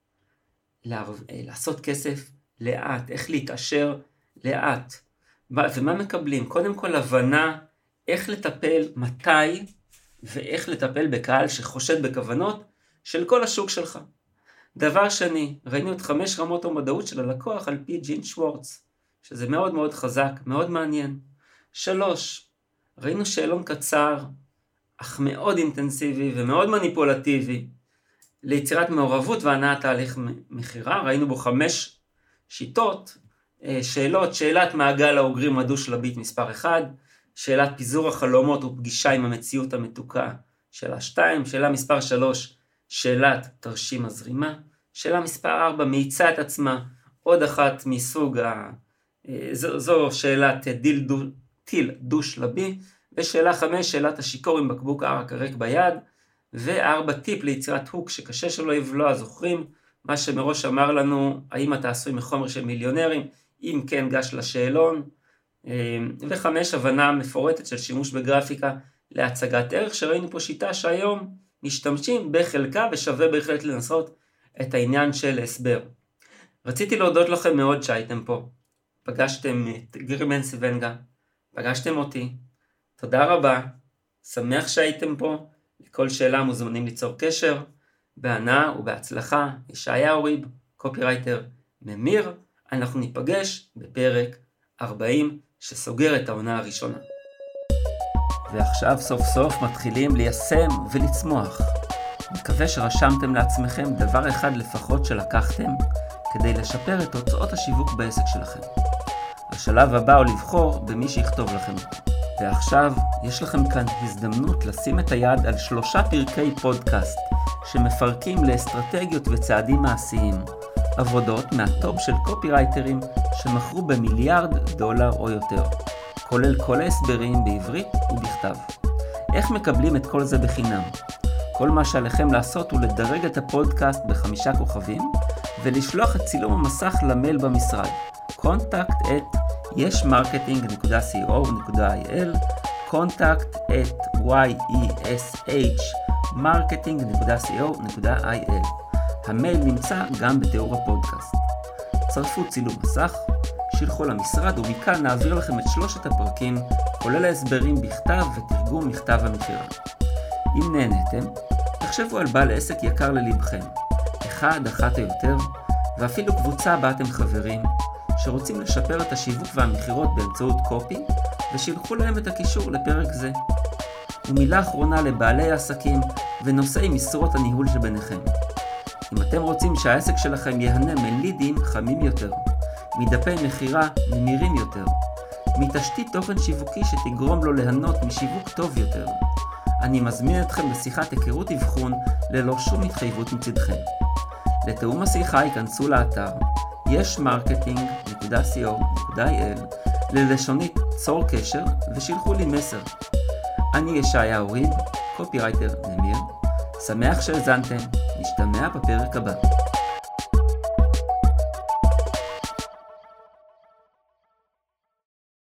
לעשות כסף לאט, איך להתעשר לאט. ומה מקבלים? קודם כל הבנה איך לטפל, מתי, ואיך לטפל בקהל שחושד בכוונות של כל השוק שלך. דבר שני, ראינו את 5 רמות המודעות של הלקוח על פי ג'ין שוורץ, שזה מאוד מאוד חזק, מאוד מעניין. 3, ראינו שאלון קצר, אך מאוד אינטנסיבי ומאוד מניפולטיבי, ליצירת מעורבות והנעת תהליך מחירה. ראינו בו 5 שיטות, שאלות, שאלת מעגל האוגרים הדו-שלבית מספר 1, שאלת פיזור החלומות ופגישה עם המציאות המתוקה, שאלה 2, שאלה מספר 3, שאלת תרשים הזרימה, שאלה מספר 4, מאיצה את עצמה, עוד אחת מסוג, זו שאלת טיל דו-שלבי, ושאלה 5, שאלת השיקור עם בקבוק ערק הריק ביד, ו4, טיפ ליצירת הוק שקשה שלא יבלוע. זוכרים מה שמראש אמר לנו, האם אתה עשוי מחומר של מיליונרים, אם כן גש לשאלון. ו5, הבנה מפורטת של שימוש בגרפיקה להצגת ערך, שראינו פה שיטה שהיום משתמשים בחלקה ושווה בהחלט לנסות את העניין של הסבר. רציתי להודות לכם מאוד שהייתם פה, פגשתם את גרי בנציוונגה, פגשתם אותי, תודה רבה, שמח שהייתם פה. לכל שאלה מוזמנים ליצור קשר, בהנאה ובהצלחה. ישעיהו ריב, קופירייטר ממיר. אנחנו ניפגש בפרק 40 שסוגר את העונה הראשונה. ועכשיו סוף סוף מתחילים ליישם ולצמוח. מקווה שרשמתם לעצמכם דבר אחד לפחות שלקחתם כדי לשפר את תוצאות השיווק בעסק שלכם. השלב הבא הוא לבחור במי שיכתוב לכם. ועכשיו יש לכם כאן הזדמנות לשים את היד על 3 פרקי פודקאסט שמפרקים לאסטרטגיות וצעדים מעשיים, עבודות מהטופ של קופירייטרים שמכרו במיליארד דולר או יותר, כולל כל ההסברים בעברית ובכתב. איך מקבלים את כל זה בחינם? כל מה שעליכם לעשות הוא לדרג את הפודקאסט ב5 כוכבים ולשלוח את צילום המסך למייל במשרד contact@yesmarketing.co.il contact@yesmarketing.co.il. המייל נמצא גם בתיאור הפודקאסט. צרפו צילום מסך, שילחו למשרד ומכאן נעביר לכם את 3 הפרקים, כולל ההסברים בכתב ותרגום מכתב המכירה. אם נהניתם, תחשבו על בעל עסק יקר ללבכם, אחד, אחת או יותר, ואפילו קבוצה בה אתם חברים, שרוצים לשפר את השיווק והמכירות באמצעות קופי, ושילחו להם את הקישור לפרק זה. ומילה אחרונה לבעלי העסקים ונושאי משרות הניהול שביניכם. אם אתם רוצים שהעסק שלכם יהנה מלידים חמים יותר, מדפי מחירה ממירים יותר, מתשתית תוכן שיווקי שתגרום לו ליהנות משיווק טוב יותר, אני מזמין אתכם לשיחת היכרות אבחון ללא שום התחייבות מצדכם. לתאום השיחה ייכנסו לאתר yesmarketing.co.il ללשונית צור קשר ושילחו לי מסר. אני ישעיהו ריב, קופירייטר ממיר, שמח שהזנתם, נשתמע בפרק הבא.